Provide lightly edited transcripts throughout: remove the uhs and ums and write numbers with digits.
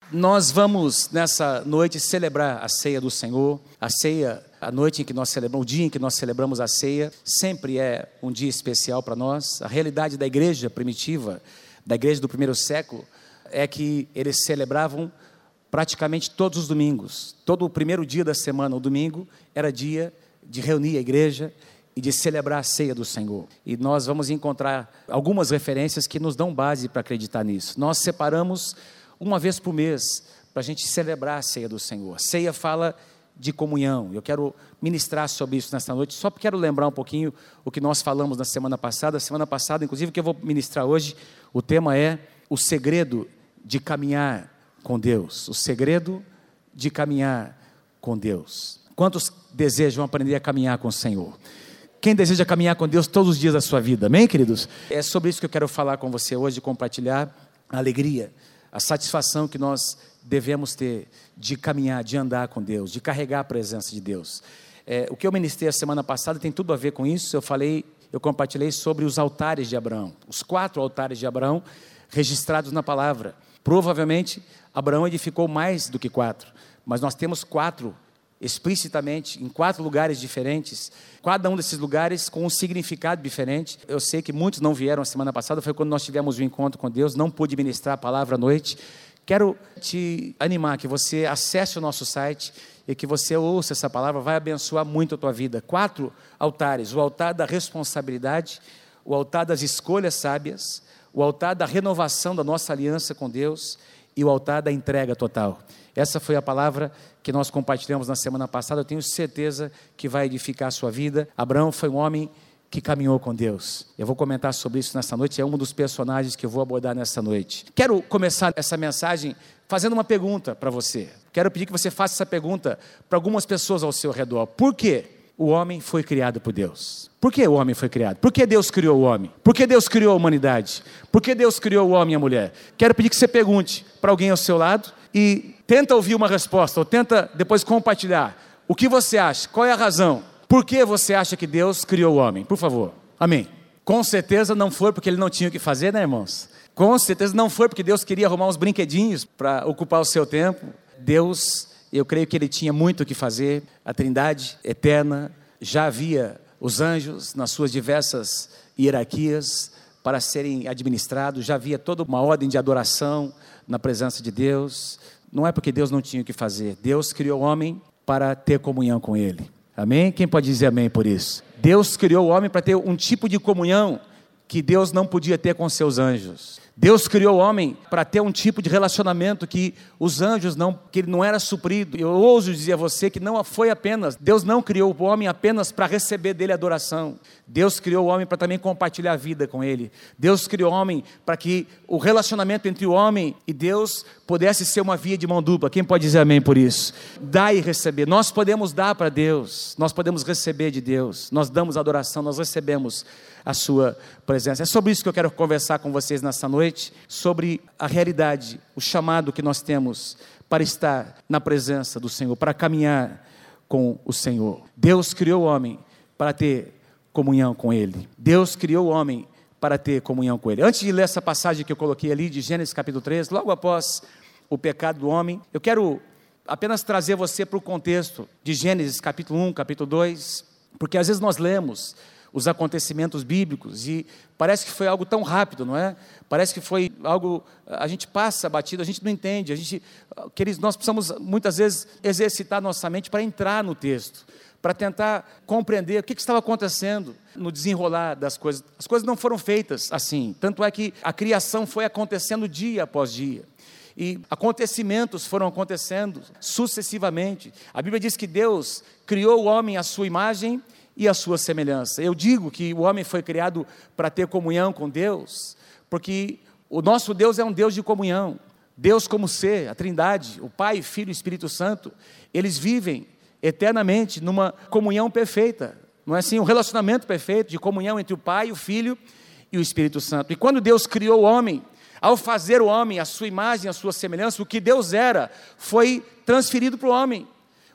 Nós vamos nessa noite celebrar a ceia do Senhor. A ceia, a noite em que nós celebramos, o dia em que nós celebramos a ceia, sempre é um dia especial para nós. A realidade da igreja primitiva, da igreja do primeiro século, é que eles celebravam praticamente todos os domingos. Todo o primeiro dia da semana, o domingo, era dia de reunir a igreja e de celebrar a ceia do Senhor. E nós vamos encontrar algumas referências que nos dão base para acreditar nisso. Nós separamos uma vez por mês para a gente celebrar a ceia do Senhor. A ceia fala de comunhão. Eu quero ministrar sobre isso nesta noite, só quero lembrar um pouquinho o que nós falamos na semana passada. Semana passada, inclusive, que eu vou ministrar hoje, o tema é o segredo de caminhar com Deus. O segredo de caminhar com Deus. Quantos desejam aprender a caminhar com o Senhor? Quem deseja caminhar com Deus todos os dias da sua vida, amém, queridos? É sobre isso que eu quero falar com você hoje, compartilhar a alegria, a satisfação que nós devemos ter de caminhar, de andar com Deus, de carregar a presença de Deus. O que eu ministrei a semana passada tem tudo a ver com isso. Eu compartilhei sobre os altares de Abraão, os 4 altares de Abraão registrados na palavra. Provavelmente Abraão edificou mais do que 4, mas nós temos 4 explicitamente, em 4 lugares diferentes, cada um desses lugares com um significado diferente. Eu sei que muitos não vieram a semana passada, foi quando nós tivemos um encontro com Deus, não pude ministrar a palavra à noite. Quero te animar que você acesse o nosso site e que você ouça essa palavra, vai abençoar muito a tua vida. 4 altares: o altar da responsabilidade, o altar das escolhas sábias, o altar da renovação da nossa aliança com Deus e o altar da entrega total. Essa foi a palavra que nós compartilhamos na semana passada. Eu tenho certeza que vai edificar a sua vida. Abraão foi um homem que caminhou com Deus. Eu vou comentar sobre isso nessa noite, é um dos personagens que eu vou abordar nessa noite. Quero começar essa mensagem fazendo uma pergunta para você. Quero pedir que você faça essa pergunta para algumas pessoas ao seu redor. Por que o homem foi criado por Deus? Por que o homem foi criado? Por que Deus criou o homem? Por que Deus criou a humanidade? Por que Deus criou o homem e a mulher? Quero pedir que você pergunte para alguém ao seu lado e tenta ouvir uma resposta, ou tenta depois compartilhar. O que você acha? Qual é a razão? Por que você acha que Deus criou o homem? Por favor. Amém. Com certeza não foi porque ele não tinha o que fazer, né, irmãos? Com certeza não foi porque Deus queria arrumar uns brinquedinhos para ocupar o seu tempo. Deus, eu creio que ele tinha muito o que fazer. A Trindade eterna, já havia os anjos nas suas diversas hierarquias para serem administrados, já havia toda uma ordem de adoração na presença de Deus. Não é porque Deus não tinha o que fazer. Deus criou o homem para ter comunhão com ele. Amém? Quem pode dizer amém por isso? Deus criou o homem para ter um tipo de comunhão que Deus não podia ter com seus anjos. Deus criou o homem para ter um tipo de relacionamento que os anjos que ele não era suprido. Eu ouso dizer a você que não foi apenas, Deus não criou o homem apenas para receber dele adoração. Deus criou o homem para também compartilhar a vida com ele. Deus criou o homem para que o relacionamento entre o homem e Deus pudesse ser uma via de mão dupla. Quem pode dizer amém por isso? Dar e receber. Nós podemos dar para Deus, nós podemos receber de Deus. Nós damos adoração, nós recebemos a sua presença. É sobre isso que eu quero conversar com vocês nessa noite, sobre a realidade, o chamado que nós temos para estar na presença do Senhor, para caminhar com o Senhor. Deus criou o homem para ter comunhão com Ele. Deus criou o homem para ter comunhão com Ele. Antes de ler essa passagem que eu coloquei ali, de Gênesis capítulo 3, logo após o pecado do homem, eu quero apenas trazer você para o contexto de Gênesis capítulo 1, capítulo 2, porque às vezes nós lemos os acontecimentos bíblicos e parece que foi algo tão rápido, não é? Parece que foi algo, a gente passa batido, a gente não entende, queridos, nós precisamos muitas vezes exercitar nossa mente para entrar no texto, para tentar compreender o que estava acontecendo no desenrolar das coisas. As coisas não foram feitas assim, tanto é que a criação foi acontecendo dia após dia. E acontecimentos foram acontecendo sucessivamente. A Bíblia diz que Deus criou o homem à sua imagem e a sua semelhança. Eu digo que o homem foi criado para ter comunhão com Deus, porque o nosso Deus é um Deus de comunhão. Deus como ser, a Trindade, o Pai, Filho e Espírito Santo, eles vivem eternamente numa comunhão perfeita, não é assim? Um relacionamento perfeito de comunhão entre o Pai, o Filho e o Espírito Santo. E quando Deus criou o homem, ao fazer o homem a sua imagem, a sua semelhança, o que Deus era, foi transferido para o homem.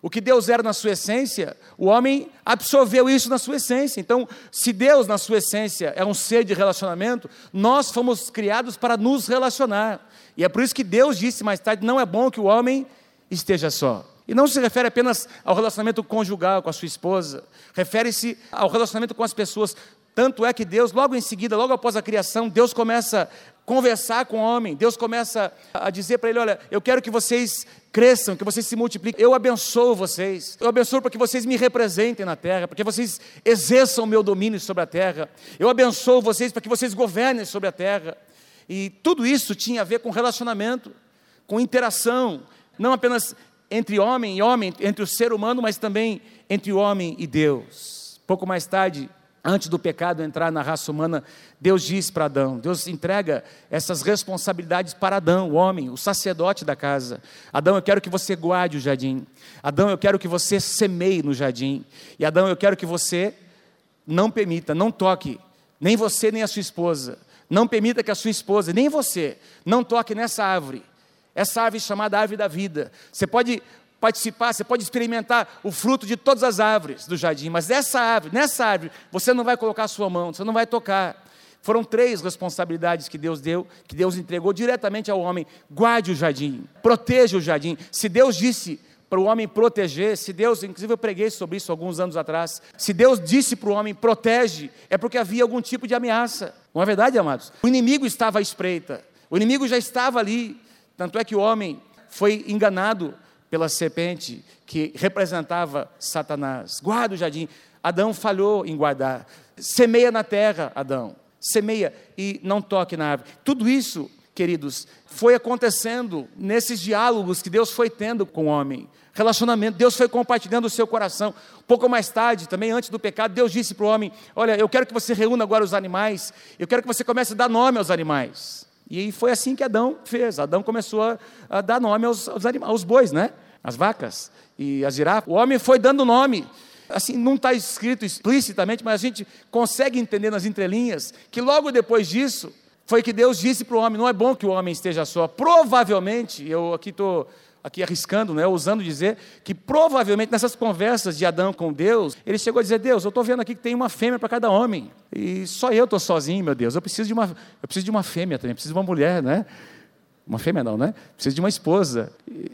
O que Deus era na sua essência, o homem absorveu isso na sua essência. Então, se Deus na sua essência é um ser de relacionamento, nós fomos criados para nos relacionar. E é por isso que Deus disse mais tarde, não é bom que o homem esteja só. E não se refere apenas ao relacionamento conjugal com a sua esposa, refere-se ao relacionamento com as pessoas. Tanto é que Deus, logo em seguida, logo após a criação, Deus começa a conversar com o homem, Deus começa a dizer para ele, olha, eu quero que vocês cresçam, que vocês se multipliquem, eu abençoo vocês, eu abençoo para que vocês me representem na terra, para que vocês exerçam o meu domínio sobre a terra, eu abençoo vocês para que vocês governem sobre a terra. E tudo isso tinha a ver com relacionamento, com interação, não apenas entre homem e homem, entre o ser humano, mas também entre o homem e Deus. Pouco mais tarde, antes do pecado entrar na raça humana, Deus diz para Adão, Deus entrega essas responsabilidades para Adão, o homem, o sacerdote da casa. Adão, eu quero que você guarde o jardim. Adão, eu quero que você semeie no jardim. E Adão, eu quero que você não permita, não toque, nem você nem a sua esposa. Não permita que a sua esposa, nem você, não toque nessa árvore. Essa árvore chamada árvore da vida. Você pode participar, você pode experimentar o fruto de todas as árvores do jardim, mas nessa árvore, você não vai colocar a sua mão, você não vai tocar. Foram 3 responsabilidades que Deus deu, que Deus entregou diretamente ao homem. Guarde o jardim, proteja o jardim. Se Deus disse para o homem proteger, se Deus, inclusive eu preguei sobre isso alguns anos atrás, se Deus disse para o homem protege, é porque havia algum tipo de ameaça. Não é verdade, amados? O inimigo estava à espreita, o inimigo já estava ali, tanto é que o homem foi enganado pela serpente que representava Satanás. Guarda o jardim. Adão falhou em guardar. Semeia na terra, Adão. Semeia e não toque na árvore. Tudo isso, queridos, foi acontecendo nesses diálogos que Deus foi tendo com o homem. Relacionamento, Deus foi compartilhando o seu coração. Pouco mais tarde, também antes do pecado, Deus disse para o homem, olha, eu quero que você reúna agora os animais, eu quero que você comece a dar nome aos animais. E foi assim que Adão fez. Adão começou a dar nome aos bois, né? As vacas e as girafas. O homem foi dando nome. Assim, não está escrito explicitamente, mas a gente consegue entender nas entrelinhas que logo depois disso, foi que Deus disse para o homem, não é bom que o homem esteja só. Provavelmente, eu aqui estou arriscando, né, ousando dizer, que provavelmente nessas conversas de Adão com Deus, ele chegou a dizer, Deus, eu estou vendo aqui que tem uma fêmea para cada homem, e só eu estou sozinho, meu Deus, eu preciso de uma fêmea também, preciso de uma mulher, né? Uma fêmea não, né? Preciso de uma esposa.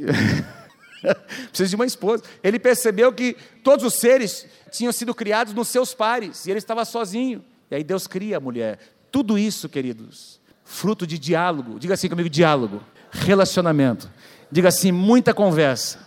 Preciso de uma esposa. Ele percebeu que todos os seres tinham sido criados nos seus pares, e ele estava sozinho, e aí Deus cria a mulher. Tudo isso, queridos, fruto de diálogo, diga assim comigo, diálogo, relacionamento, diga assim, muita conversa,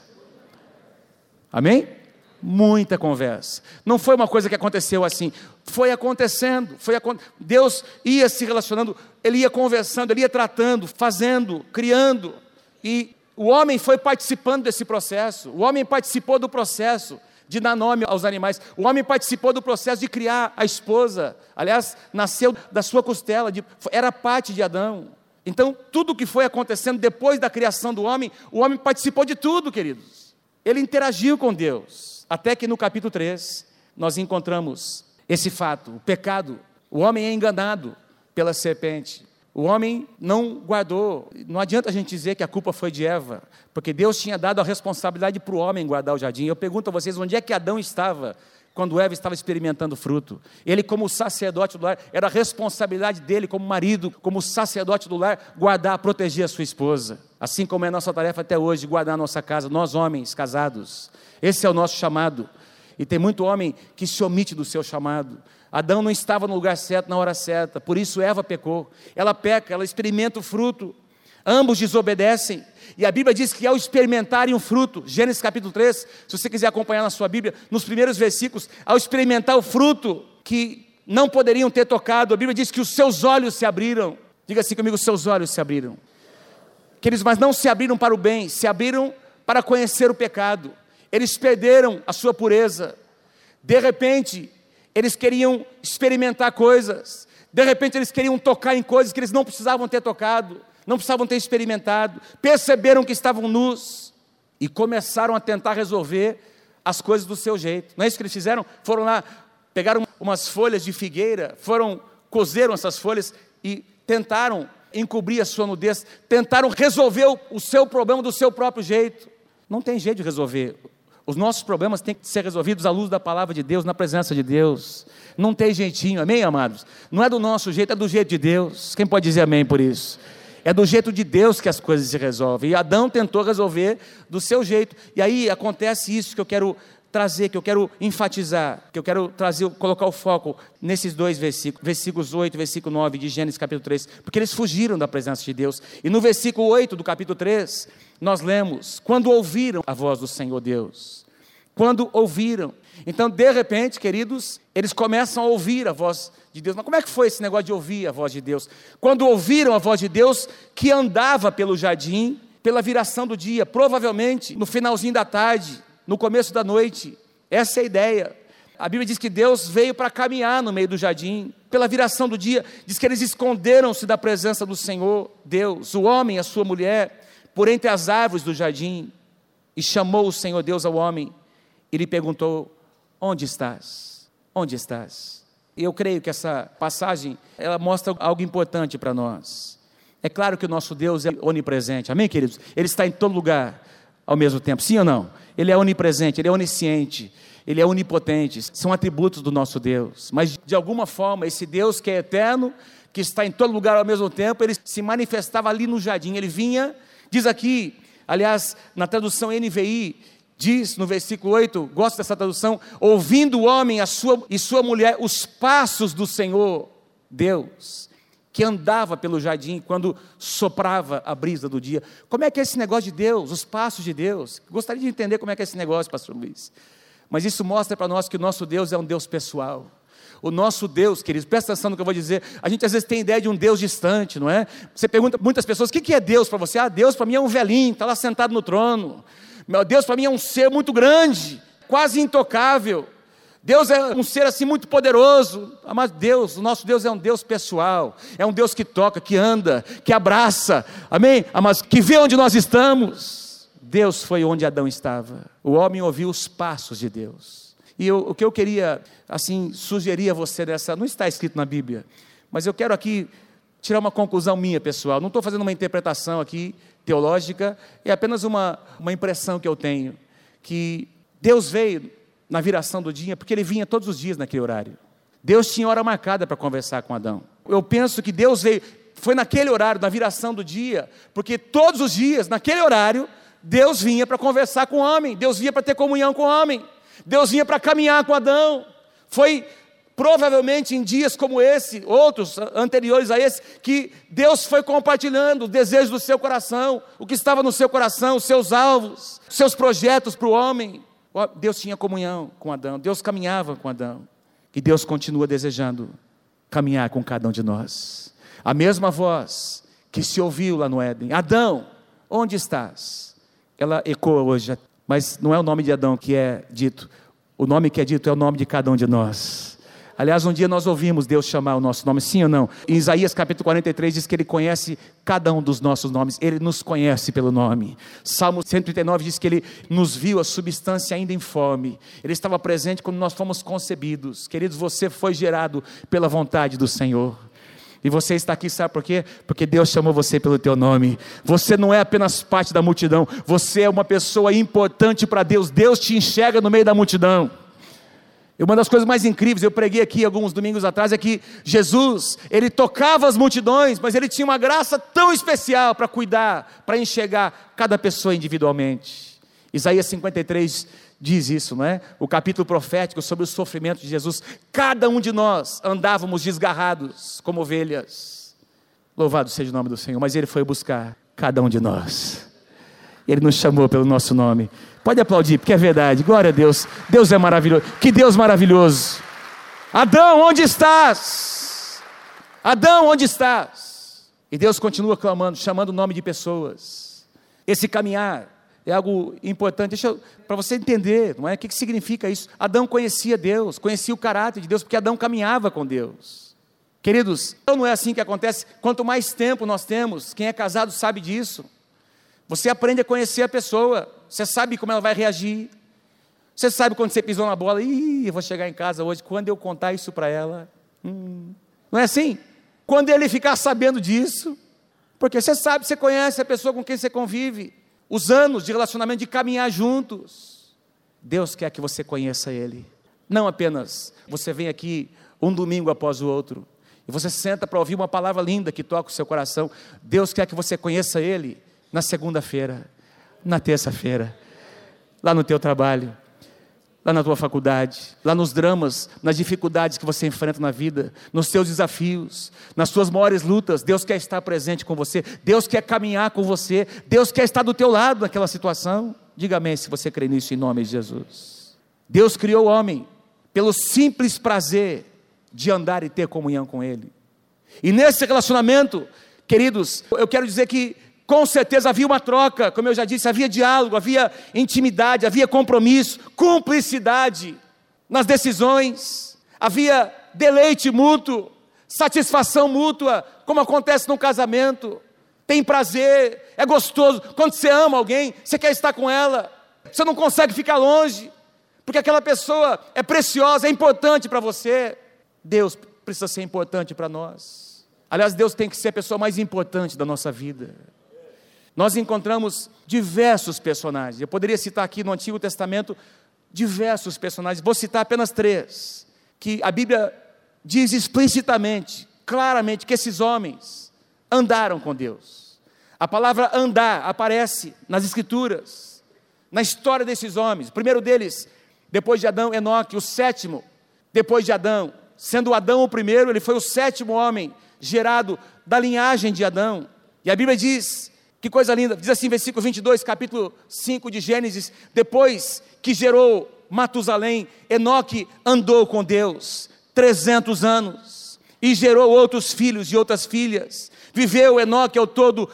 amém? Muita conversa, não foi uma coisa que aconteceu assim, foi acontecendo, Deus ia se relacionando, Ele ia conversando, Ele ia tratando, fazendo, criando, e o homem foi participando desse processo, o homem participou do processo de dar nome aos animais, o homem participou do processo de criar a esposa, aliás, nasceu da sua costela, era parte de Adão. Então, tudo que foi acontecendo depois da criação do homem, o homem participou de tudo, queridos. Ele interagiu com Deus, até que no capítulo 3, nós encontramos esse fato, o pecado. O homem é enganado pela serpente. O homem não guardou, não adianta a gente dizer que a culpa foi de Eva, porque Deus tinha dado a responsabilidade para o homem guardar o jardim. Eu pergunto a vocês, onde é que Adão estava quando Eva estava experimentando o fruto? Ele, como sacerdote do lar, era a responsabilidade dele como marido, como sacerdote do lar, guardar, proteger a sua esposa. Assim como é a nossa tarefa até hoje, guardar a nossa casa, nós homens casados. Esse é o nosso chamado. E tem muito homem que se omite do seu chamado. Adão não estava no lugar certo, na hora certa, por isso Eva pecou. Ela peca, ela experimenta o fruto, ambos desobedecem, e a Bíblia diz que ao experimentarem o fruto, Gênesis capítulo 3, se você quiser acompanhar na sua Bíblia, nos primeiros versículos, ao experimentar o fruto que não poderiam ter tocado, a Bíblia diz que os seus olhos se abriram. Diga assim comigo, os seus olhos se abriram. Mas não se abriram para o bem, se abriram para conhecer o pecado. Eles perderam a sua pureza. De repente, eles queriam experimentar coisas. De repente, eles queriam tocar em coisas que eles não precisavam ter tocado, não precisavam ter experimentado. Perceberam que estavam nus e começaram a tentar resolver as coisas do seu jeito. Não é isso que eles fizeram? Foram lá, pegaram umas folhas de figueira, cozeram essas folhas e tentaram encobrir a sua nudez, tentaram resolver o seu problema do seu próprio jeito. Não tem jeito de resolver Os nossos problemas têm que ser resolvidos à luz da palavra de Deus, na presença de Deus. Não tem jeitinho, amém, amados? Não é do nosso jeito, é do jeito de Deus. Quem pode dizer amém por isso? É do jeito de Deus que as coisas se resolvem. E Adão tentou resolver do seu jeito. E aí acontece isso que eu quero trazer, que eu quero enfatizar, que eu quero trazer, colocar o foco nesses dois versículos, versículos 8 e versículo 9 de Gênesis capítulo 3, porque eles fugiram da presença de Deus. E no versículo 8 do capítulo 3, nós lemos, quando ouviram a voz do Senhor Deus. Quando ouviram. Então, de repente, queridos, eles começam a ouvir a voz de Deus. Mas como é que foi esse negócio de ouvir a voz de Deus? Quando ouviram a voz de Deus, que andava pelo jardim, pela viração do dia, provavelmente no finalzinho da tarde, no começo da noite. Essa é a ideia. A Bíblia diz que Deus veio para caminhar no meio do jardim, pela viração do dia. Diz que eles esconderam-se da presença do Senhor Deus, o homem e a sua mulher, por entre as árvores do jardim. E chamou o Senhor Deus ao homem e lhe perguntou: onde estás? Onde estás? E eu creio que essa passagem, ela mostra algo importante para nós. É claro que o nosso Deus é onipresente, amém, queridos? Ele está em todo lugar ao mesmo tempo, sim ou não? Ele é onipresente, Ele é onisciente, Ele é onipotente, são atributos do nosso Deus. Mas de alguma forma, esse Deus que é eterno, que está em todo lugar ao mesmo tempo, Ele se manifestava ali no jardim. Ele vinha, diz aqui, aliás, na tradução NVI, diz no versículo 8, gosto dessa tradução: ouvindo o homem e sua mulher os passos do Senhor Deus, que andava pelo jardim quando soprava a brisa do dia. Como é que é esse negócio de Deus, os passos de Deus? Gostaria de entender como é que é esse negócio, pastor Luiz. Mas isso mostra para nós que o nosso Deus é um Deus pessoal. O nosso Deus, queridos, presta atenção no que eu vou dizer. A gente às vezes tem ideia de um Deus distante, não é? Você pergunta para muitas pessoas: o que é Deus para você? Deus para mim é um velhinho, está lá sentado no trono. Meu Deus para mim é um ser muito grande, quase intocável. Deus é um ser assim muito poderoso. Mas Deus, o nosso Deus é um Deus pessoal, é um Deus que toca, que anda, que abraça, amém? Mas que vê onde nós estamos. Deus foi onde Adão estava. O homem ouviu os passos de Deus. E o que eu queria, assim, sugerir a você dessa, não está escrito na Bíblia, mas eu quero aqui tirar uma conclusão minha, pessoal. Não estou fazendo uma interpretação aqui teológica, é apenas uma impressão que eu tenho, que Deus veio na viração do dia, porque Ele vinha todos os dias naquele horário. Deus tinha hora marcada para conversar com Adão. Eu penso que Deus veio, foi naquele horário, na viração do dia, porque todos os dias, naquele horário, Deus vinha para conversar com o homem, Deus vinha para ter comunhão com o homem, Deus vinha para caminhar com Adão. Foi provavelmente em dias como esse, outros anteriores a esse, que Deus foi compartilhando o desejo do seu coração, o que estava no seu coração, os seus alvos, os seus projetos para o homem. Deus tinha comunhão com Adão, Deus caminhava com Adão, e Deus continua desejando caminhar com cada um de nós. A mesma voz que se ouviu lá no Éden: Adão, onde estás? Ela ecoa hoje, mas não é o nome de Adão que é dito, o nome que é dito é o nome de cada um de nós. Aliás, um dia nós ouvimos Deus chamar o nosso nome, sim ou não? Em Isaías capítulo 43 diz que Ele conhece cada um dos nossos nomes, Ele nos conhece pelo nome. Salmo 139 diz que Ele nos viu a substância ainda informe, Ele estava presente quando nós fomos concebidos. Queridos, você foi gerado pela vontade do Senhor, e você está aqui, sabe por quê? Porque Deus chamou você pelo teu nome. Você não é apenas parte da multidão, você é uma pessoa importante para Deus. Deus te enxerga no meio da multidão. E uma das coisas mais incríveis, eu preguei aqui alguns domingos atrás, é que Jesus, Ele tocava as multidões, mas Ele tinha uma graça tão especial para cuidar, para enxergar cada pessoa individualmente. Isaías 53 diz isso, não é? O capítulo profético sobre o sofrimento de Jesus. Cada um de nós andávamos desgarrados como ovelhas. Louvado seja o nome do Senhor. Mas Ele foi buscar cada um de nós. Ele nos chamou pelo nosso nome. Pode aplaudir, porque é verdade. Glória a Deus. Deus é maravilhoso. Que Deus maravilhoso. Adão, onde estás? Adão, onde estás? E Deus continua clamando, chamando o nome de pessoas. Esse caminhar é algo importante, para você entender, não é? O que significa isso? Adão conhecia Deus, conhecia o caráter de Deus, porque Adão caminhava com Deus. Queridos, então não é assim que acontece. Quanto mais tempo nós temos, quem é casado sabe disso. Você aprende a conhecer a pessoa, você sabe como ela vai reagir, você sabe quando você pisou na bola: eu vou chegar em casa hoje, quando eu contar isso para ela, não é assim? Quando ele ficar sabendo disso, porque você sabe, você conhece a pessoa com quem você convive, os anos de relacionamento, de caminhar juntos. Deus quer que você conheça Ele. Não apenas você vem aqui um domingo após o outro, e você senta para ouvir uma palavra linda que toca o seu coração. Deus quer que você conheça Ele na segunda-feira, na terça-feira, lá no teu trabalho, lá na tua faculdade, lá nos dramas, nas dificuldades que você enfrenta na vida, nos teus desafios, nas suas maiores lutas. Deus quer estar presente com você, Deus quer caminhar com você, Deus quer estar do teu lado naquela situação. Diga amém se você crê nisso, em nome de Jesus. Deus criou o homem pelo simples prazer de andar e ter comunhão com Ele. E nesse relacionamento, queridos, eu quero dizer que com certeza havia uma troca, como eu já disse, havia diálogo, havia intimidade, havia compromisso, cumplicidade nas decisões, havia deleite mútuo, satisfação mútua, como acontece no casamento. Tem prazer, é gostoso. Quando você ama alguém, você quer estar com ela, você não consegue ficar longe, porque aquela pessoa é preciosa, é importante para você. Deus precisa ser importante para nós. Aliás, Deus tem que ser a pessoa mais importante da nossa vida. Nós encontramos diversos personagens. Eu poderia citar aqui no Antigo Testamento diversos personagens. Vou citar apenas 3, que a Bíblia diz explicitamente, claramente, que esses homens andaram com Deus. A palavra andar aparece nas Escrituras, na história desses homens. O primeiro deles, depois de Adão, Enoque. O sétimo, depois de Adão. Sendo Adão o primeiro, ele foi o 7º homem gerado da linhagem de Adão. E a Bíblia diz, que coisa linda, diz assim, versículo 22, capítulo 5 de Gênesis: depois que gerou Matusalém, Enoque andou com Deus 300 anos, e gerou outros filhos e outras filhas. Viveu Enoque ao todo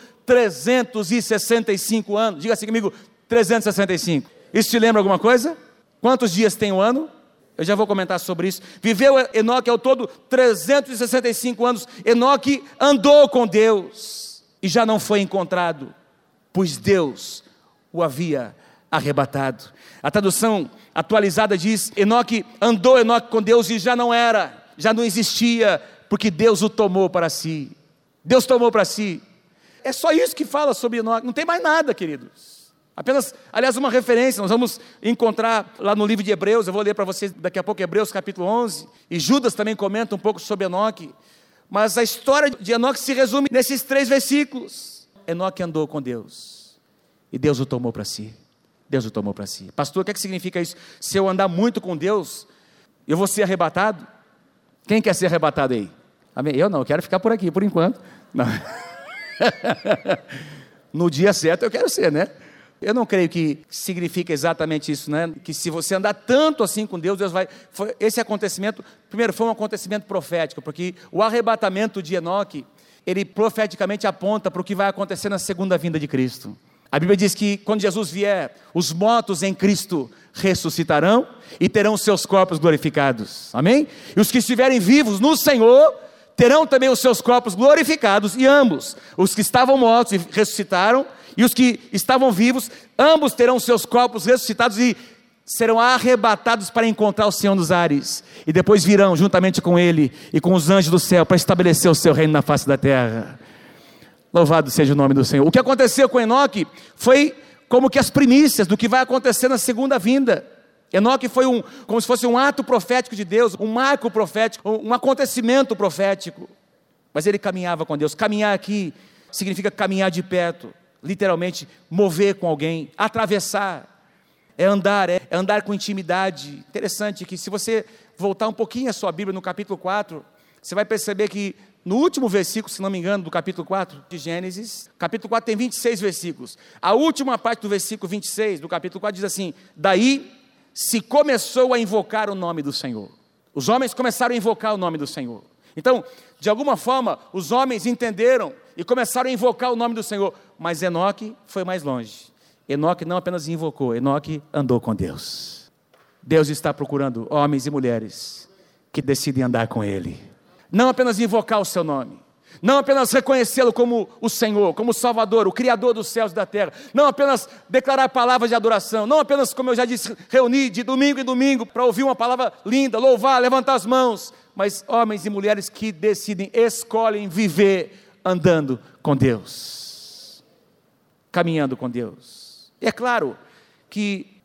365 anos. Diga assim comigo, 365. Isso te lembra alguma coisa? Quantos dias tem o ano? Eu já vou comentar sobre isso. Viveu Enoque ao todo 365 anos. Enoque andou com Deus e já não foi encontrado, pois Deus o havia arrebatado. A tradução atualizada diz: Enoque andou com Deus e já não existia, porque Deus o tomou para si. Deus tomou para si. É só isso que fala sobre Enoque, não tem mais nada, queridos. Apenas, aliás, uma referência, nós vamos encontrar lá no livro de Hebreus. Eu vou ler para vocês daqui a pouco Hebreus capítulo 11, e Judas também comenta um pouco sobre Enoque. Mas a história de Enoque se resume nesses 3 versículos. Enoque andou com Deus, e Deus o tomou para si. Deus o tomou para si. Pastor, o que significa isso? Se eu andar muito com Deus, eu vou ser arrebatado? Quem quer ser arrebatado aí? Amém? Eu não, eu quero ficar por aqui, por enquanto. Não. No dia certo eu quero ser, né? Eu não creio que significa exatamente isso, né? Que se você andar tanto assim com Deus, Deus vai... Esse acontecimento, primeiro, foi um acontecimento profético, porque o arrebatamento de Enoque, ele profeticamente aponta para o que vai acontecer na segunda vinda de Cristo. A Bíblia diz que quando Jesus vier, os mortos em Cristo ressuscitarão e terão seus corpos glorificados. Amém? E os que estiverem vivos no Senhor terão também os seus corpos glorificados, e ambos, os que estavam mortos e ressuscitaram, e os que estavam vivos, ambos terão seus corpos ressuscitados e serão arrebatados para encontrar o Senhor nos ares, e depois virão juntamente com Ele e com os anjos do céu para estabelecer o seu reino na face da terra. Louvado seja o nome do Senhor. O que aconteceu com Enoque foi como que as primícias do que vai acontecer na segunda vinda. Enoque foi como se fosse um ato profético de Deus, um marco profético, um acontecimento profético. Mas ele caminhava com Deus. Caminhar aqui significa caminhar de perto, literalmente mover com alguém, atravessar, é andar com intimidade. Interessante que se você voltar um pouquinho a sua Bíblia no capítulo 4, você vai perceber que no último versículo, se não me engano, do capítulo 4 de Gênesis, capítulo 4 tem 26 versículos, a última parte do versículo 26 do capítulo 4 diz assim: daí se começou a invocar o nome do Senhor. Os homens começaram a invocar o nome do Senhor. Então, de alguma forma, os homens entenderam e começaram a invocar o nome do Senhor. Mas Enoque foi mais longe. Enoque não apenas invocou, Enoque andou com Deus. Deus está procurando homens e mulheres que decidem andar com Ele. Não apenas invocar o seu nome, não apenas reconhecê-lo como o Senhor, como o Salvador, o Criador dos céus e da terra, não apenas declarar palavras de adoração, não apenas, como eu já disse, reunir de domingo em domingo para ouvir uma palavra linda, louvar, levantar as mãos, mas homens e mulheres que decidem, escolhem viver andando com Deus, caminhando com Deus. E é claro que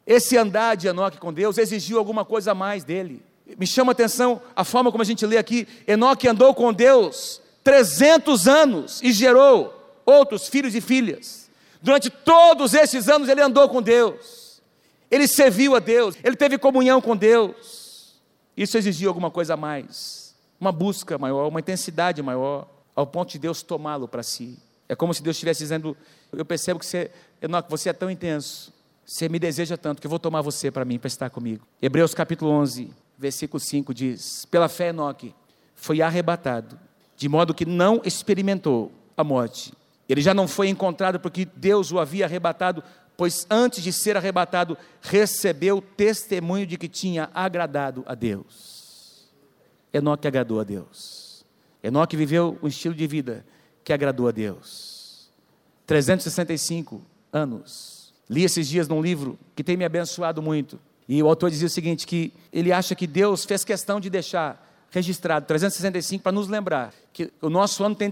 Esse andar de Enoque com Deus exigiu alguma coisa a mais dele. Me chama a atenção a forma como a gente lê aqui. Enoque andou com Deus 300 anos e gerou outros filhos e filhas. Durante todos esses anos ele andou com Deus. Ele serviu a Deus, ele teve comunhão com Deus. Isso exigiu alguma coisa a mais, uma busca maior, uma intensidade maior, ao ponto de Deus tomá-lo para si. É como se Deus estivesse dizendo: eu percebo que Enoque, você é tão intenso, você me deseja tanto, que eu vou tomar você para mim, para estar comigo. Hebreus capítulo 11, versículo 5 diz: pela fé Enoque foi arrebatado, de modo que não experimentou a morte. Ele já não foi encontrado porque Deus o havia arrebatado, pois antes de ser arrebatado, recebeu testemunho de que tinha agradado a Deus. Enoque agradou a Deus. Enoque viveu um estilo de vida que agradou a Deus. 365 anos. Li esses dias num livro que tem me abençoado muito. E o autor dizia o seguinte, que ele acha que Deus fez questão de deixar registrado 365 para nos lembrar que o nosso ano tem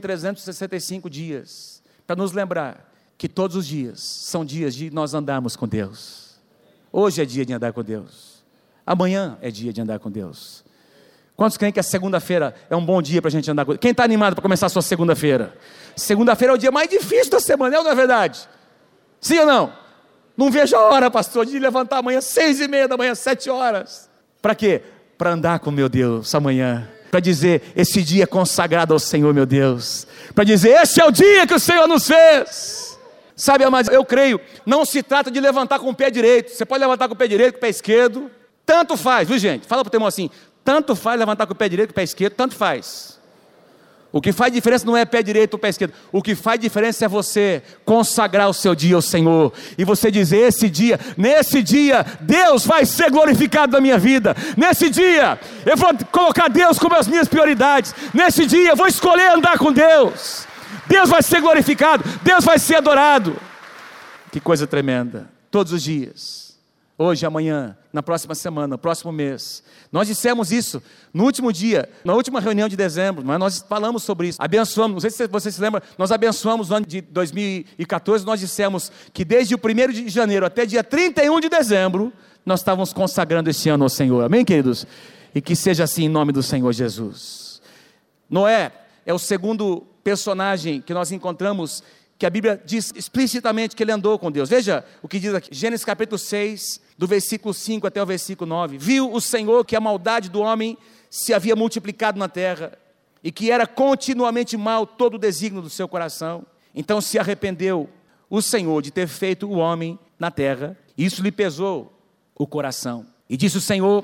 365 dias. Para nos lembrar que todos os dias são dias de nós andarmos com Deus. Hoje é dia de andar com Deus. Amanhã é dia de andar com Deus. Quantos creem que a segunda-feira é um bom dia para a gente andar com Deus? Quem está animado para começar a sua segunda-feira? Segunda-feira é o dia mais difícil da semana, não é verdade? Sim ou não? Não vejo a hora, pastor, de levantar amanhã 6:30 da manhã, 7 horas. Para quê? Para andar com meu Deus amanhã. Para dizer, esse dia é consagrado ao Senhor, meu Deus. Para dizer, esse é o dia que o Senhor nos fez. Sabe, amados, eu creio, não se trata de levantar com o pé direito. Você pode levantar com o pé direito, com o pé esquerdo. Tanto faz, viu gente? Fala para o teu irmão assim, tanto faz levantar com o pé direito, com o pé esquerdo, tanto faz. O que faz diferença não é pé direito ou pé esquerdo. O que faz diferença é você consagrar o seu dia ao Senhor. E você dizer, nesse dia, Deus vai ser glorificado na minha vida. Nesse dia, eu vou colocar Deus como as minhas prioridades. Nesse dia, eu vou escolher andar com Deus. Deus vai ser glorificado. Deus vai ser adorado. Que coisa tremenda. Todos os dias. Hoje, amanhã, na próxima semana, no próximo mês. Nós dissemos isso no último dia, na última reunião de dezembro, mas nós falamos sobre isso, abençoamos, não sei se você se lembra, nós abençoamos no ano de 2014, nós dissemos que desde o 1º de janeiro até dia 31 de dezembro, nós estávamos consagrando esse ano ao Senhor, amém, queridos? E que seja assim em nome do Senhor Jesus. Noé é o segundo personagem que nós encontramos, que a Bíblia diz explicitamente que ele andou com Deus. Veja o que diz aqui, Gênesis capítulo 6, do versículo 5 até o versículo 9. Viu o Senhor que a maldade do homem se havia multiplicado na terra, e que era continuamente mal todo o desígnio do seu coração. Então se arrependeu o Senhor de ter feito o homem na terra, e isso lhe pesou o coração. E disse o Senhor,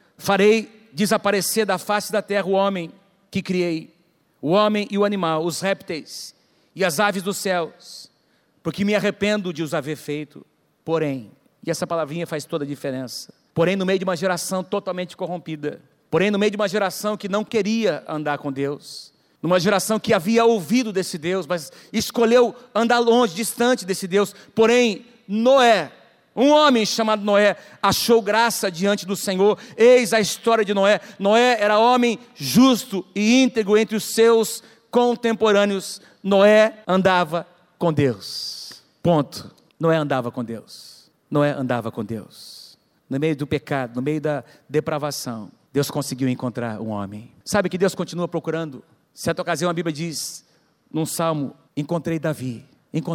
farei desaparecer da face da terra o homem que criei, o homem e o animal, os répteis, e as aves dos céus, porque me arrependo de os haver feito. Porém, e essa palavrinha faz toda a diferença, porém no meio de uma geração totalmente corrompida, porém no meio de uma geração que não queria andar com Deus, numa geração que havia ouvido desse Deus, mas escolheu andar longe, distante desse Deus, porém Noé, um homem chamado Noé, achou graça diante do Senhor. Eis a história de Noé. Noé era homem justo e íntegro entre os seus contemporâneos. Noé andava com Deus, ponto. Noé andava com Deus, Noé andava com Deus, no meio do pecado, no meio da depravação, Deus conseguiu encontrar um homem. Sabe que Deus continua procurando? Certa ocasião a Bíblia diz, num salmo, encontrei Davi,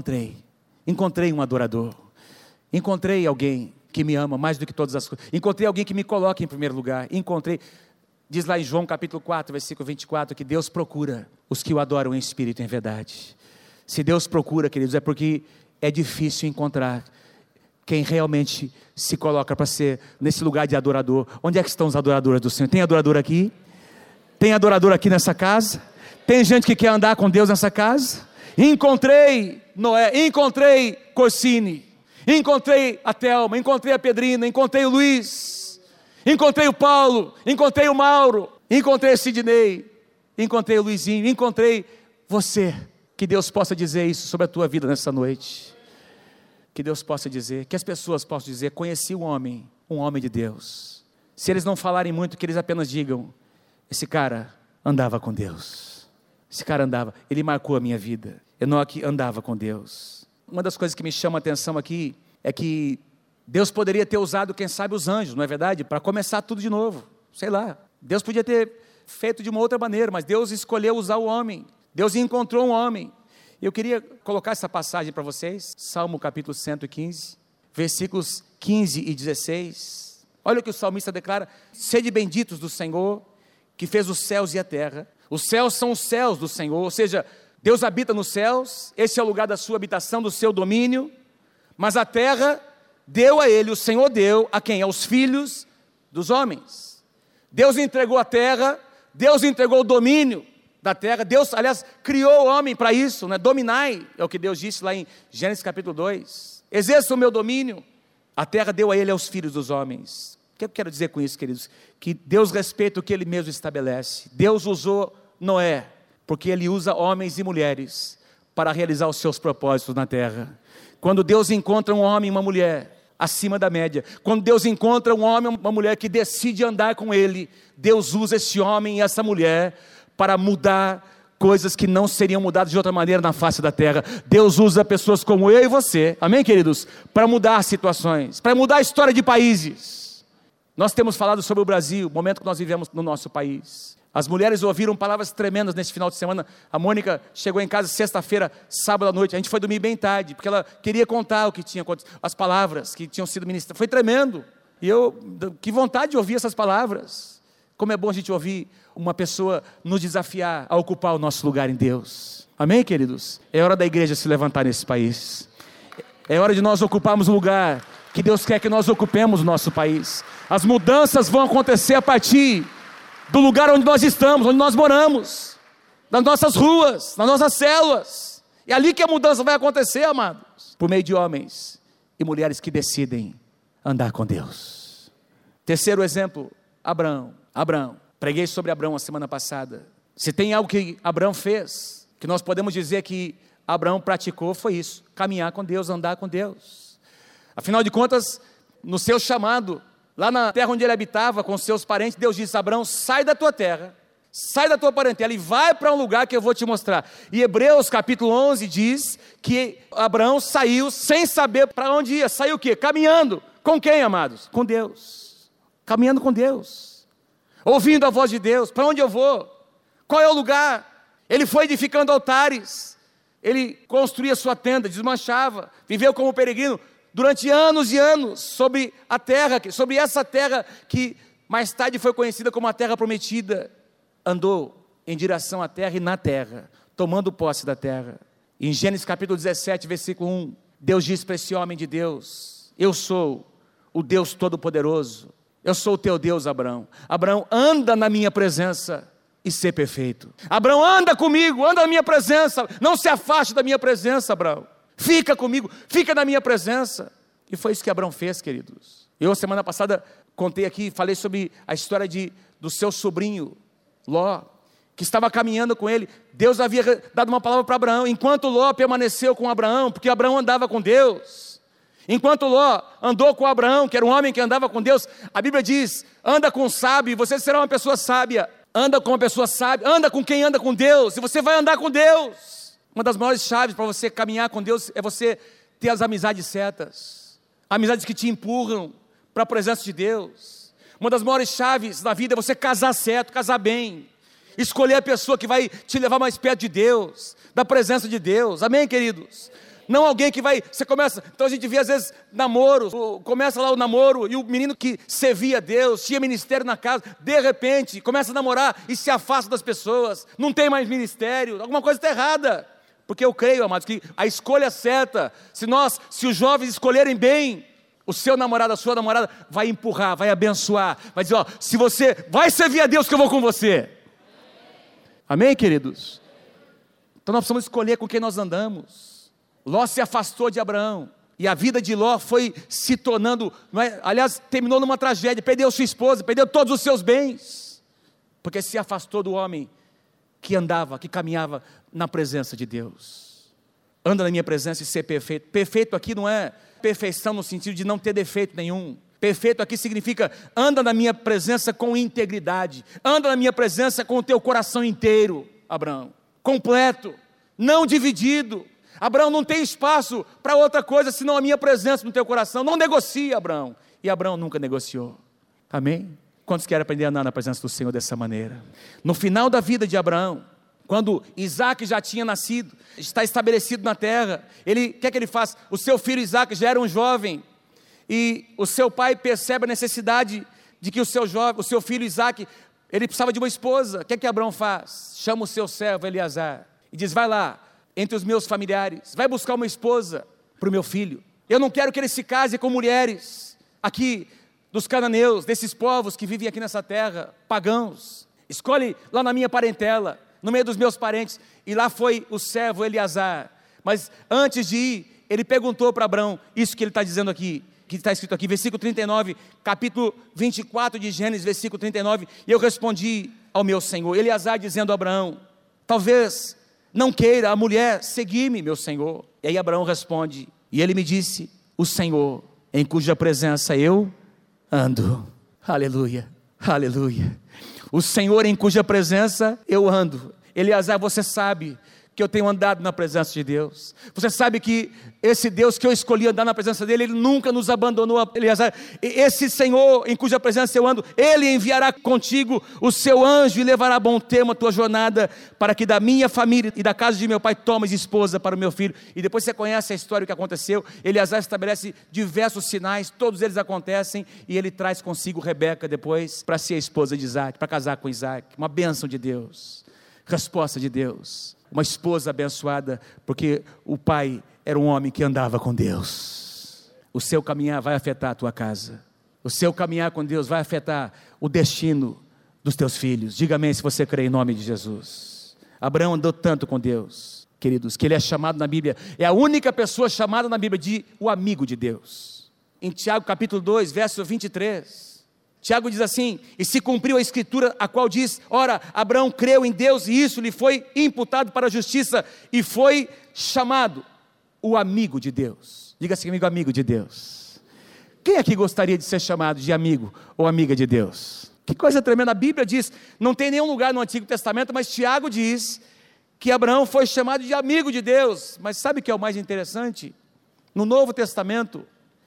encontrei um adorador, encontrei alguém que me ama mais do que todas as coisas, encontrei alguém que me coloca em primeiro lugar, diz lá em João capítulo 4, versículo 24, que Deus procura os que o adoram em espírito e em verdade. Se Deus procura, queridos, é porque é difícil encontrar quem realmente se coloca para ser nesse lugar de adorador. Onde é que estão os adoradores do Senhor? Tem adorador aqui? Tem adorador aqui nessa casa? Tem gente que quer andar com Deus nessa casa? Encontrei Noé, encontrei Corsini, encontrei a Thelma, encontrei a Pedrina, encontrei o Luiz, encontrei o Paulo, encontrei o Mauro, encontrei o Sidney, encontrei o Luizinho, encontrei você. Que Deus possa dizer isso sobre a tua vida nessa noite. Que Deus possa dizer, que as pessoas possam dizer, conheci um homem de Deus. Se eles não falarem muito, que eles apenas digam, esse cara andava com Deus. Esse cara andava, ele marcou a minha vida. Enoque andava com Deus. Uma das coisas que me chama a atenção aqui é que Deus poderia ter usado, quem sabe, os anjos, não é verdade? Para começar tudo de novo, sei lá. Deus podia ter feito de uma outra maneira, mas Deus escolheu usar o homem. Deus encontrou um homem. Eu queria colocar essa passagem para vocês, Salmo capítulo 115, versículos 15 e 16. Olha o que o salmista declara: sede benditos do Senhor, que fez os céus e a terra. Os céus são os céus do Senhor, ou seja, Deus habita nos céus, esse é o lugar da sua habitação, do seu domínio, mas a terra deu a ele, o Senhor deu a quem? Aos filhos dos homens. Deus entregou a terra, Deus entregou o domínio da terra. Deus, aliás, criou o homem para isso, né? Dominai, é o que Deus disse lá em Gênesis capítulo 2. Exerça o meu domínio. A terra deu a ele, aos filhos dos homens. O que eu quero dizer com isso, queridos? Que Deus respeita o que ele mesmo estabelece. Deus usou Noé, porque ele usa homens e mulheres para realizar os seus propósitos na terra. Quando Deus encontra um homem e uma mulher acima da média, quando Deus encontra um homem e uma mulher que decide andar com ele, Deus usa esse homem e essa mulher para mudar coisas que não seriam mudadas de outra maneira na face da terra. Deus usa pessoas como eu e você, amém, queridos? Para mudar situações, para mudar a história de países. Nós temos falado sobre o Brasil, o momento que nós vivemos no nosso país. As mulheres ouviram palavras tremendas nesse final de semana. A Mônica chegou em casa sexta-feira, sábado à noite. A gente foi dormir bem tarde, porque ela queria contar o que tinha acontecido, as palavras que tinham sido ministradas. Foi tremendo. E que vontade de ouvir essas palavras. Como é bom a gente ouvir uma pessoa nos desafiar a ocupar o nosso lugar em Deus. Amém, queridos? É hora da igreja se levantar nesse país. É hora de nós ocuparmos o lugar que Deus quer que nós ocupemos no nosso país. As mudanças vão acontecer a partir do lugar onde nós estamos, onde nós moramos, nas nossas ruas, nas nossas células. É ali que a mudança vai acontecer, amados. Por meio de homens e mulheres que decidem andar com Deus. Terceiro exemplo, Abraão. Preguei sobre Abraão a semana passada. Se tem algo que Abraão fez, que nós podemos dizer que Abraão praticou, foi isso: caminhar com Deus, andar com Deus. Afinal de contas, no seu chamado, lá na terra onde ele habitava com seus parentes, Deus disse: Abraão, sai da tua terra, sai da tua parentela e vai para um lugar que eu vou te mostrar. E Hebreus capítulo 11 diz que Abraão saiu sem saber para onde ia. Saiu o quê? Caminhando. Com quem, amados? Com Deus. Caminhando com Deus. Ouvindo a voz de Deus. Para onde eu vou? Qual é o lugar? Ele foi edificando altares. Ele construía sua tenda, desmanchava, viveu como peregrino durante anos e anos sobre a terra, sobre essa terra que mais tarde foi conhecida como a terra prometida. Andou em direção à terra e na terra, tomando posse da terra. Em Gênesis capítulo 17, versículo 1, Deus diz para esse homem de Deus: eu sou o Deus Todo-Poderoso, eu sou o teu Deus, Abraão. Abraão, anda na minha presença e ser perfeito. Abraão, anda comigo, anda na minha presença, não se afaste da minha presença, Abraão. Fica comigo, fica na minha presença. E foi isso que Abraão fez, queridos. Eu, semana passada, contei aqui, falei sobre a história do seu sobrinho, Ló, que estava caminhando com ele. Deus havia dado uma palavra para Abraão, enquanto Ló permaneceu com Abraão, porque Abraão andava com Deus. Enquanto Ló andou com Abraão, que era um homem que andava com Deus, a Bíblia diz: anda com o sábio, e você será uma pessoa sábia. Anda com uma pessoa sábia, anda com quem anda com Deus, e você vai andar com Deus. Uma das maiores chaves para você caminhar com Deus é você ter as amizades certas, amizades que te empurram para a presença de Deus. Uma das maiores chaves da vida é você casar certo, casar bem, escolher a pessoa que vai te levar mais perto de Deus, da presença de Deus, amém, queridos? Não alguém que vai, você começa, então a gente vê às vezes namoros, começa lá o namoro, e o menino que servia a Deus, tinha ministério na casa, de repente começa a namorar e se afasta das pessoas, não tem mais ministério, alguma coisa está errada. Porque eu creio, amados, que a escolha certa, se os jovens escolherem bem, o seu namorado, a sua namorada, vai empurrar, vai abençoar, vai dizer: ó, se você vai servir a Deus, que eu vou com você. Amém, queridos? Então nós precisamos escolher com quem nós andamos. Ló se afastou de Abraão, e a vida de Ló foi se tornando, aliás, terminou numa tragédia, perdeu sua esposa, perdeu todos os seus bens, porque se afastou do homem que andava, que caminhava na presença de Deus. Anda na minha presença e ser perfeito. Perfeito aqui não é perfeição no sentido de não ter defeito nenhum. Perfeito aqui significa: anda na minha presença com integridade, anda na minha presença com o teu coração inteiro, Abraão, completo, não dividido. Abraão, não tem espaço para outra coisa senão a minha presença no teu coração. Não negocia, Abraão. E Abraão nunca negociou. Amém? Quantos querem aprender a andar na presença do Senhor dessa maneira? No final da vida de Abraão, quando Isaac já tinha nascido, está estabelecido na terra, o que é que ele faz? O seu filho Isaac já era um jovem, e o seu pai percebe a necessidade de que o seu filho Isaac, ele precisava de uma esposa. O que é que Abraão faz? Chama o seu servo Eleazar e diz: vai lá, entre os meus familiares, vai buscar uma esposa para o meu filho. Eu não quero que ele se case com mulheres aqui dos cananeus, desses povos que vivem aqui nessa terra, pagãos. Escolhe lá na minha parentela, no meio dos meus parentes. E lá foi o servo Eleazar. Mas antes de ir, ele perguntou para Abraão, isso que ele está dizendo aqui, que está escrito aqui, versículo 39, capítulo 24 de Gênesis, versículo 39, e eu respondi ao meu Senhor, Eleazar dizendo a Abraão, talvez não queira a mulher seguir-me, meu Senhor. E aí Abraão responde, e ele me disse, o Senhor, em cuja presença eu ando. Aleluia, aleluia. O Senhor em cuja presença eu ando. Eleazar, você sabe que eu tenho andado na presença de Deus. Você sabe que esse Deus que eu escolhi andar na presença dele, ele nunca nos abandonou, Eleazar. Esse Senhor em cuja presença eu ando, ele enviará contigo o seu anjo e levará a bom termo a tua jornada, para que da minha família e da casa de meu pai tomes esposa para o meu filho. E depois você conhece a história, o que aconteceu. Eleazar estabelece diversos sinais, todos eles acontecem, e ele traz consigo Rebeca depois, para ser a esposa de Isaac, para casar com Isaac. Uma bênção de Deus, resposta de Deus. Uma esposa abençoada, porque o pai era um homem que andava com Deus. O seu caminhar vai afetar a tua casa. O seu caminhar com Deus vai afetar o destino dos teus filhos. Diga amém se você crê em nome de Jesus. Abraão andou tanto com Deus, queridos, que ele é chamado na Bíblia, é a única pessoa chamada na Bíblia de o amigo de Deus. Em Tiago capítulo 2, verso 23, Tiago diz assim, e se cumpriu a escritura, a qual diz, ora, Abraão creu em Deus e isso lhe foi imputado para a justiça e foi chamado o amigo de Deus. Diga assim comigo, amigo de Deus. Quem aqui gostaria de ser chamado de amigo ou amiga de Deus? Que coisa tremenda, a Bíblia diz, não tem nenhum lugar no Antigo Testamento, mas Tiago diz que Abraão foi chamado de amigo de Deus. Mas sabe o que é o mais interessante? No Novo Testamento,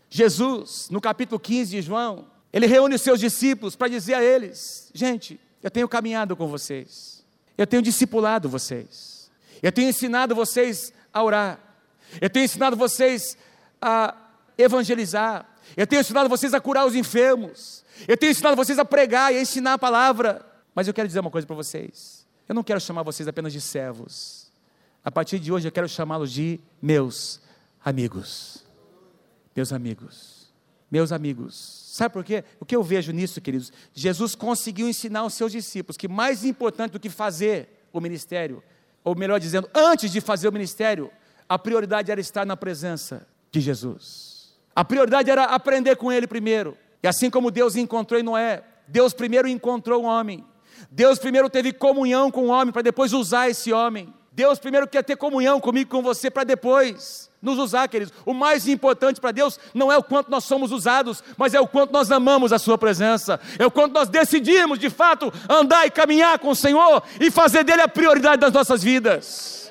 Jesus, no capítulo 15 de João, ele reúne os seus discípulos para dizer a eles, gente, eu tenho caminhado com vocês, eu tenho discipulado vocês, eu tenho ensinado vocês a orar, eu tenho ensinado vocês a evangelizar, eu tenho ensinado vocês a curar os enfermos, eu tenho ensinado vocês a pregar e a ensinar a palavra, mas eu quero dizer uma coisa para vocês, eu não quero chamar vocês apenas de servos, a partir de hoje eu quero chamá-los de meus amigos, meus amigos, meus amigos. Sabe por quê? O que eu vejo nisso, queridos? Jesus conseguiu ensinar aos seus discípulos que mais importante do que fazer o ministério, ou melhor dizendo, antes de fazer o ministério, a prioridade era estar na presença de Jesus. A prioridade era aprender com ele primeiro. E assim como Deus encontrou em Noé, Deus primeiro encontrou um homem. Deus primeiro teve comunhão com o homem para depois usar esse homem. Deus primeiro quer ter comunhão comigo e com você para depois nos usar, queridos. O mais importante para Deus não é o quanto nós somos usados, mas é o quanto nós amamos a sua presença, é o quanto nós decidimos de fato andar e caminhar com o Senhor e fazer dele a prioridade das nossas vidas.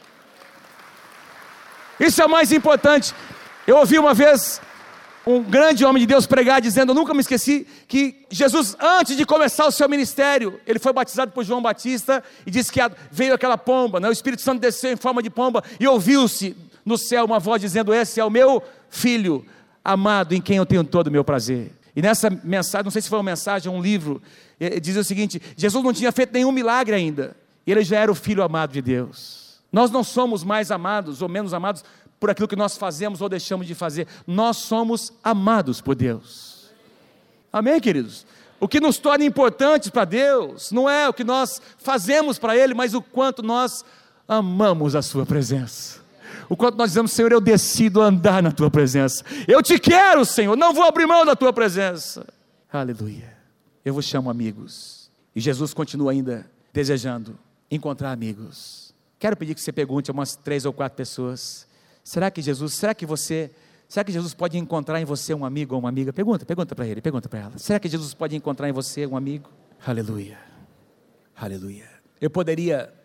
Isso é o mais importante. Eu ouvi uma vez um grande homem de Deus pregar dizendo, eu nunca me esqueci, que Jesus, antes de começar o seu ministério, ele foi batizado por João Batista e disse que veio aquela pomba, né? O Espírito Santo desceu em forma de pomba e ouviu-se no céu uma voz dizendo, esse é o meu filho amado em quem eu tenho todo o meu prazer. E nessa mensagem, não sei se foi uma mensagem ou um livro, diz o seguinte, Jesus não tinha feito nenhum milagre ainda, e ele já era o filho amado de Deus. Nós não somos mais amados ou menos amados por aquilo que nós fazemos ou deixamos de fazer, nós somos amados por Deus. Amém, queridos? O que nos torna importantes para Deus, não é o que nós fazemos para Ele, mas o quanto nós amamos a sua presença. O quanto nós dizemos, Senhor, eu decido andar na tua presença, eu te quero, Senhor, não vou abrir mão da tua presença. Aleluia. Eu vos chamo amigos. E Jesus continua ainda desejando encontrar amigos. Quero pedir que você pergunte a umas 3 ou 4 pessoas, será que Jesus pode encontrar em você um amigo ou uma amiga? Pergunta para ele, pergunta para ela. Será que Jesus pode encontrar em você um amigo? Aleluia, aleluia. Eu poderia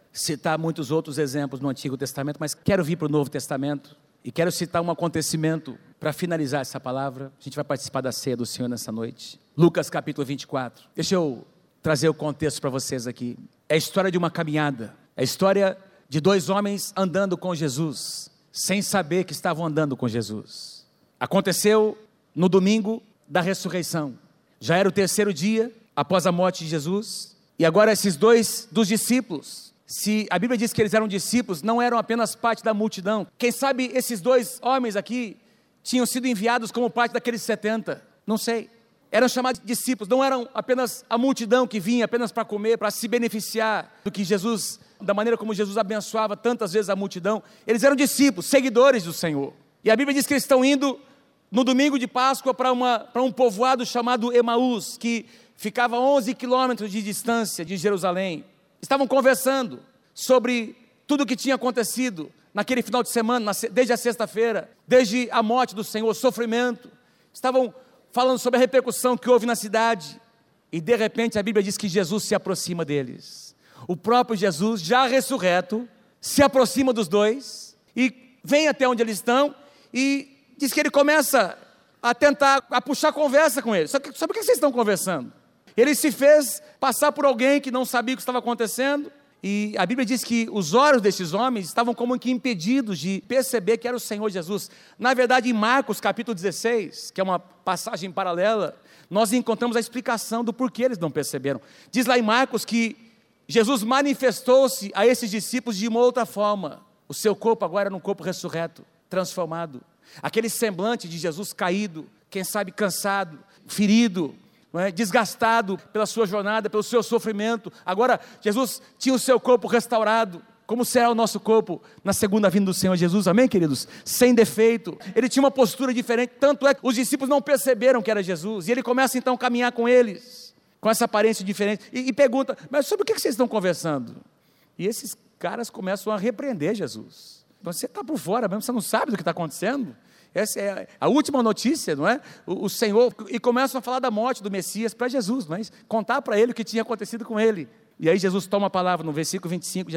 citar muitos outros exemplos no Antigo Testamento, mas quero vir para o Novo Testamento e quero citar um acontecimento para finalizar essa palavra. A gente vai participar da ceia do Senhor nessa noite. Lucas capítulo 24. Deixa eu trazer o contexto para vocês aqui. É a história de uma caminhada. É a história de dois homens andando com Jesus, sem saber que estavam andando com Jesus. Aconteceu no domingo da ressurreição. Já era o terceiro dia após a morte de Jesus. E agora esses dois dos discípulos, se a Bíblia diz que eles eram discípulos, não eram apenas parte da multidão. Quem sabe esses dois homens aqui tinham sido enviados como parte daqueles 70, não sei. Eram chamados de discípulos, não eram apenas a multidão que vinha apenas para comer, para se beneficiar do que Jesus, da maneira como Jesus abençoava tantas vezes a multidão. Eles eram discípulos, seguidores do Senhor. E a Bíblia diz que eles estão indo no domingo de Páscoa para um povoado chamado Emaús, que ficava a 11 quilômetros de distância de Jerusalém. Estavam conversando sobre tudo o que tinha acontecido naquele final de semana, desde a sexta-feira, desde a morte do Senhor, o sofrimento. Estavam falando sobre a repercussão que houve na cidade. E de repente a Bíblia diz que Jesus se aproxima deles. O próprio Jesus, já ressurreto, se aproxima dos dois e vem até onde eles estão e diz que ele começa a tentar, a puxar conversa com eles. Sobre o que vocês estão conversando? Ele se fez passar por alguém que não sabia o que estava acontecendo. E a Bíblia diz que os olhos desses homens estavam como que impedidos de perceber que era o Senhor Jesus. Na verdade, em Marcos capítulo 16, que é uma passagem paralela, nós encontramos a explicação do porquê eles não perceberam. Diz lá em Marcos que Jesus manifestou-se a esses discípulos de uma outra forma. O seu corpo agora era um corpo ressurreto, transformado. Aquele semblante de Jesus caído, quem sabe cansado, ferido, não é? Desgastado pela sua jornada, pelo seu sofrimento. Agora Jesus tinha o seu corpo restaurado. Como será o nosso corpo na segunda vinda do Senhor Jesus, amém, queridos? Sem defeito. Ele tinha uma postura diferente, tanto é que os discípulos não perceberam que era Jesus. E ele começa então a caminhar com eles, com essa aparência diferente, e pergunta: mas sobre o que vocês estão conversando? E esses caras começam a repreender Jesus. Você está por fora mesmo, você não sabe do que está acontecendo? Essa é a última notícia, não é? O Senhor, e começam a falar da morte do Messias para Jesus, não é? Contar para ele o que tinha acontecido com ele. E aí Jesus toma a palavra, no versículo 25,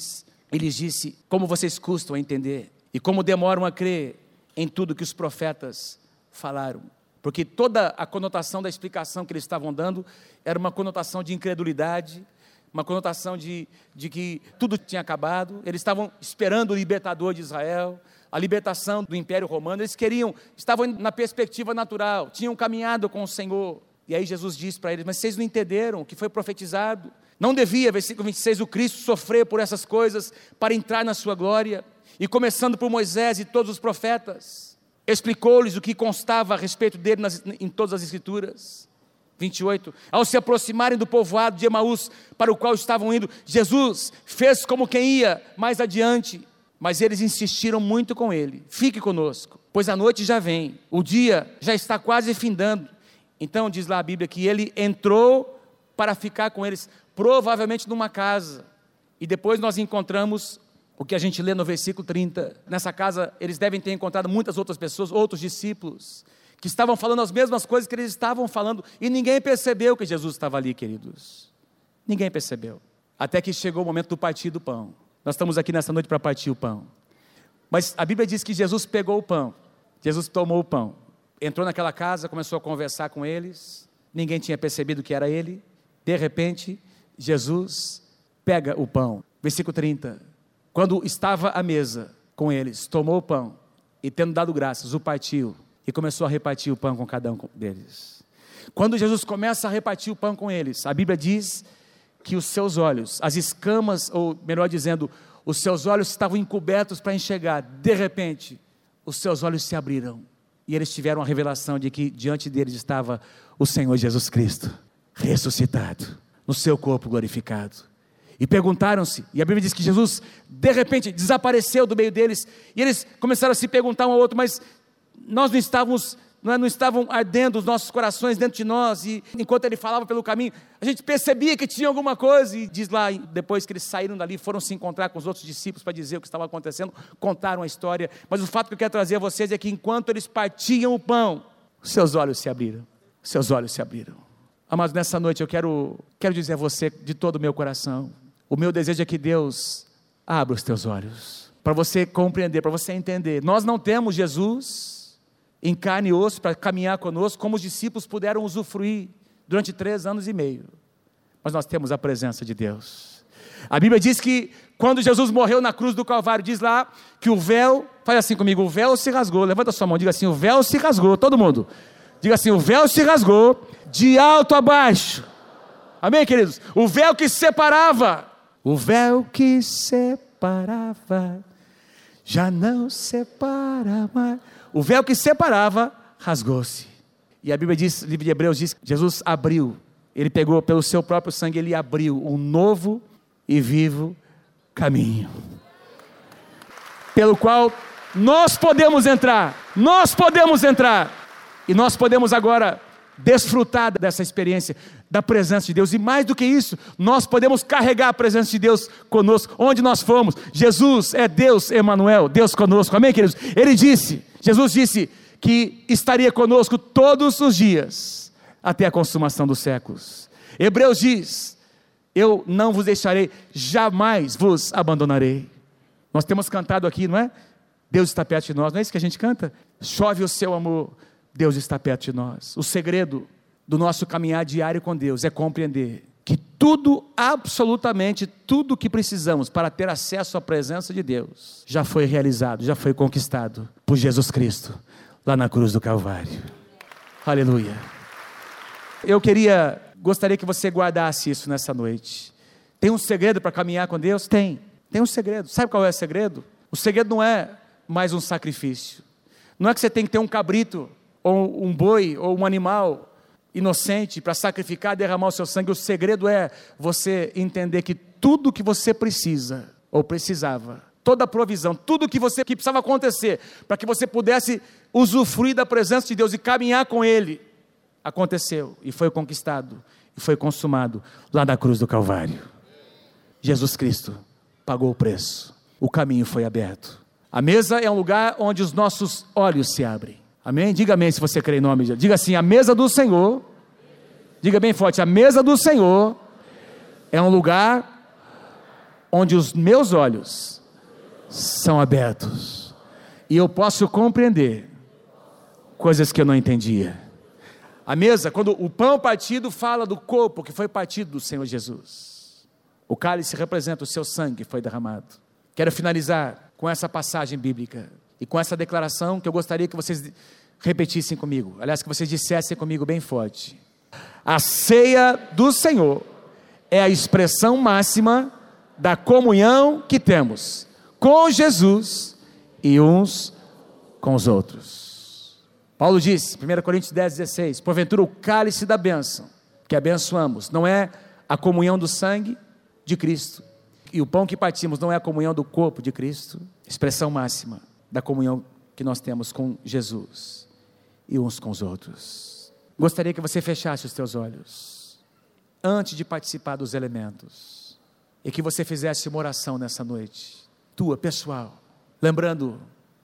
ele disse: como vocês custam a entender, e como demoram a crer em tudo que os profetas falaram. Porque toda a conotação da explicação que eles estavam dando, era uma conotação de incredulidade, uma conotação de que tudo tinha acabado. Eles estavam esperando o libertador de Israel, a libertação do Império Romano. Eles estavam na perspectiva natural, tinham caminhado com o Senhor. E aí Jesus disse para eles: mas vocês não entenderam o que foi profetizado? Não devia, versículo 26, o Cristo sofrer por essas coisas para entrar na sua glória? E começando por Moisés e todos os profetas, explicou-lhes o que constava a respeito dele em todas as Escrituras. 28, ao se aproximarem do povoado de Emaús, para o qual estavam indo, Jesus fez como quem ia mais adiante, mas eles insistiram muito com ele: fique conosco, pois a noite já vem, o dia já está quase findando. Então diz lá a Bíblia que ele entrou para ficar com eles, provavelmente numa casa, e depois nós encontramos o que a gente lê no versículo 30, nessa casa eles devem ter encontrado muitas outras pessoas, outros discípulos, que estavam falando as mesmas coisas que eles estavam falando, e ninguém percebeu que Jesus estava ali, queridos. Ninguém percebeu, até que chegou o momento do partir do pão. Nós estamos aqui nessa noite para partir o pão, mas a Bíblia diz que Jesus pegou o pão, Jesus tomou o pão, entrou naquela casa, começou a conversar com eles, ninguém tinha percebido que era ele. De repente, Jesus pega o pão, versículo 30, quando estava à mesa com eles, tomou o pão, e tendo dado graças, o partiu, e começou a repartir o pão com cada um deles. Quando Jesus começa a repartir o pão com eles, a Bíblia diz que os seus olhos, as escamas, ou melhor dizendo, os seus olhos estavam encobertos para enxergar. De repente, os seus olhos se abriram, e eles tiveram a revelação de que diante deles estava o Senhor Jesus Cristo, ressuscitado, no seu corpo glorificado. E perguntaram-se, e a Bíblia diz que Jesus, de repente, desapareceu do meio deles, e eles começaram a se perguntar um ao outro: mas nós não estavam ardendo os nossos corações dentro de nós? E enquanto ele falava pelo caminho, a gente percebia que tinha alguma coisa. E diz lá, depois que eles saíram dali, foram se encontrar com os outros discípulos para dizer o que estava acontecendo, contaram a história. Mas o fato que eu quero trazer a vocês é que enquanto eles partiam o pão, seus olhos se abriram, seus olhos se abriram. Amados, nessa noite eu quero dizer a você de todo o meu coração: O meu desejo é que Deus abra os teus olhos, para você compreender, para você entender. Nós não temos Jesus em carne e osso para caminhar conosco, como os discípulos puderam usufruir durante 3 anos e meio. Mas nós temos a presença de Deus. A Bíblia diz que quando Jesus morreu na cruz do Calvário, diz lá que o véu, faz assim comigo, o véu se rasgou. Levanta a sua mão, diga assim, o véu se rasgou, todo mundo. Diga assim, o véu se rasgou de alto a baixo. Amém, queridos? O véu que separava, o véu que separava, já não separa mais. O véu que separava, rasgou-se. E a Bíblia diz, o livro de Hebreus diz que Jesus abriu, ele pegou pelo seu próprio sangue, ele abriu um novo e vivo caminho, pelo qual nós podemos entrar, e nós podemos agora desfrutar dessa experiência, da presença de Deus, e mais do que isso, nós podemos carregar a presença de Deus conosco, onde nós formos. Jesus é Deus Emanuel, Deus conosco, amém, queridos? Jesus disse que estaria conosco todos os dias, até a consumação dos séculos. Hebreus diz, eu não vos deixarei, jamais vos abandonarei. Nós temos cantado aqui, não é? Deus está perto de nós, não é isso que a gente canta? Chove o seu amor, Deus está perto de nós. O segredo do nosso caminhar diário com Deus é compreender que tudo, absolutamente tudo que precisamos para ter acesso à presença de Deus, já foi realizado, já foi conquistado por Jesus Cristo, lá na cruz do Calvário. Aleluia. Eu gostaria que você guardasse isso nessa noite. Tem um segredo para caminhar com Deus? Tem um segredo. Sabe qual é o segredo? O segredo não é mais um sacrifício. Não é que você tem que ter um cabrito, ou um boi, ou um animal inocente para sacrificar, derramar o seu sangue. O segredo é você entender que tudo que você precisa, ou precisava, toda a provisão, tudo que precisava acontecer, para que você pudesse usufruir da presença de Deus e caminhar com Ele, aconteceu, e foi conquistado, e foi consumado, lá na cruz do Calvário. Jesus Cristo pagou o preço, o caminho foi aberto. A mesa é um lugar onde os nossos olhos se abrem. Amém? Diga amém se você crê em nome de Deus. Diga assim, a mesa do Senhor, diga bem forte, a mesa do Senhor é um lugar onde os meus olhos são abertos, e eu posso compreender coisas que eu não entendia. A mesa, quando o pão partido fala do corpo que foi partido do Senhor Jesus. O cálice representa o seu sangue que foi derramado. Quero finalizar com essa passagem bíblica e com essa declaração que eu gostaria que vocês repetissem comigo. Aliás, que vocês dissessem comigo bem forte. A ceia do Senhor é a expressão máxima da comunhão que temos com Jesus e uns com os outros. Paulo disse, 1 Coríntios 10:16, porventura o cálice da bênção que abençoamos não é a comunhão do sangue de Cristo, e o pão que partimos não é a comunhão do corpo de Cristo? Expressão máxima da comunhão que nós temos com Jesus e uns com os outros. Gostaria que você fechasse os teus olhos antes de participar dos elementos, e que você fizesse uma oração nessa noite, tua, pessoal, lembrando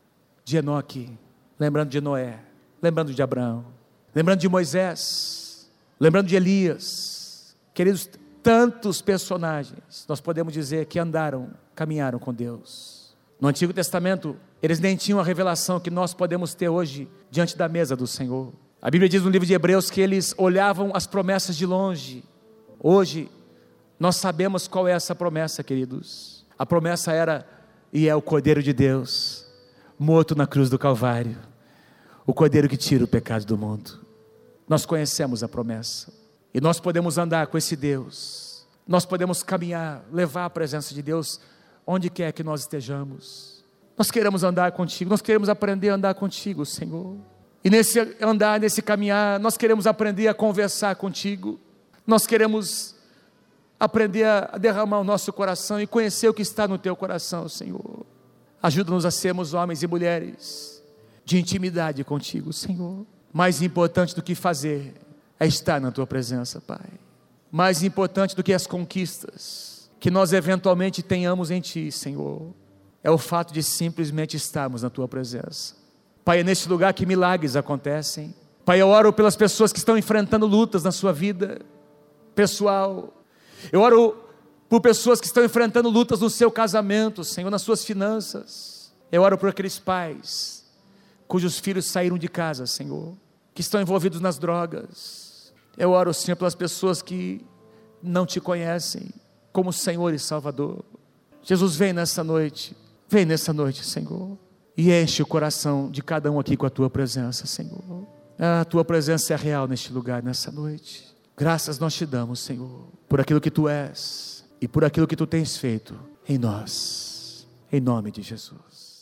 de Enoque, lembrando de Noé, lembrando de Abraão, lembrando de Moisés, lembrando de Elias. Queridos, tantos personagens, nós podemos dizer que caminharam com Deus. No Antigo Testamento, eles nem tinham a revelação que nós podemos ter hoje, diante da mesa do Senhor. A Bíblia diz no livro de Hebreus que eles olhavam as promessas de longe. Hoje, nós sabemos qual é essa promessa, queridos. A promessa era, e é o Cordeiro de Deus, morto na cruz do Calvário, o Cordeiro que tira o pecado do mundo. Nós conhecemos a promessa, e nós podemos andar com esse Deus, nós podemos caminhar, levar a presença de Deus onde quer que nós estejamos. Nós queremos andar contigo, nós queremos aprender a andar contigo, Senhor, e nesse andar, nesse caminhar, nós queremos aprender a conversar contigo, nós queremos aprender a derramar o nosso coração e conhecer o que está no teu coração, Senhor. Ajuda-nos a sermos homens e mulheres de intimidade contigo, Senhor. Mais importante do que fazer é estar na tua presença, Pai. Mais importante do que as conquistas que nós eventualmente tenhamos em ti, Senhor, é o fato de simplesmente estarmos na tua presença. Pai, é neste lugar que milagres acontecem. Pai, eu oro pelas pessoas que estão enfrentando lutas na sua vida pessoal. Eu oro por pessoas que estão enfrentando lutas no seu casamento, Senhor, nas suas finanças. Eu oro por aqueles pais cujos filhos saíram de casa, Senhor, que estão envolvidos nas drogas. Eu oro, Senhor, pelas pessoas que não te conhecem como Senhor e Salvador. Jesus, vem nessa noite, Senhor, e enche o coração de cada um aqui com a tua presença, Senhor. A tua presença é real neste lugar, nessa noite. Graças nós te damos, Senhor, por aquilo que tu és e por aquilo que tu tens feito em nós, em nome de Jesus.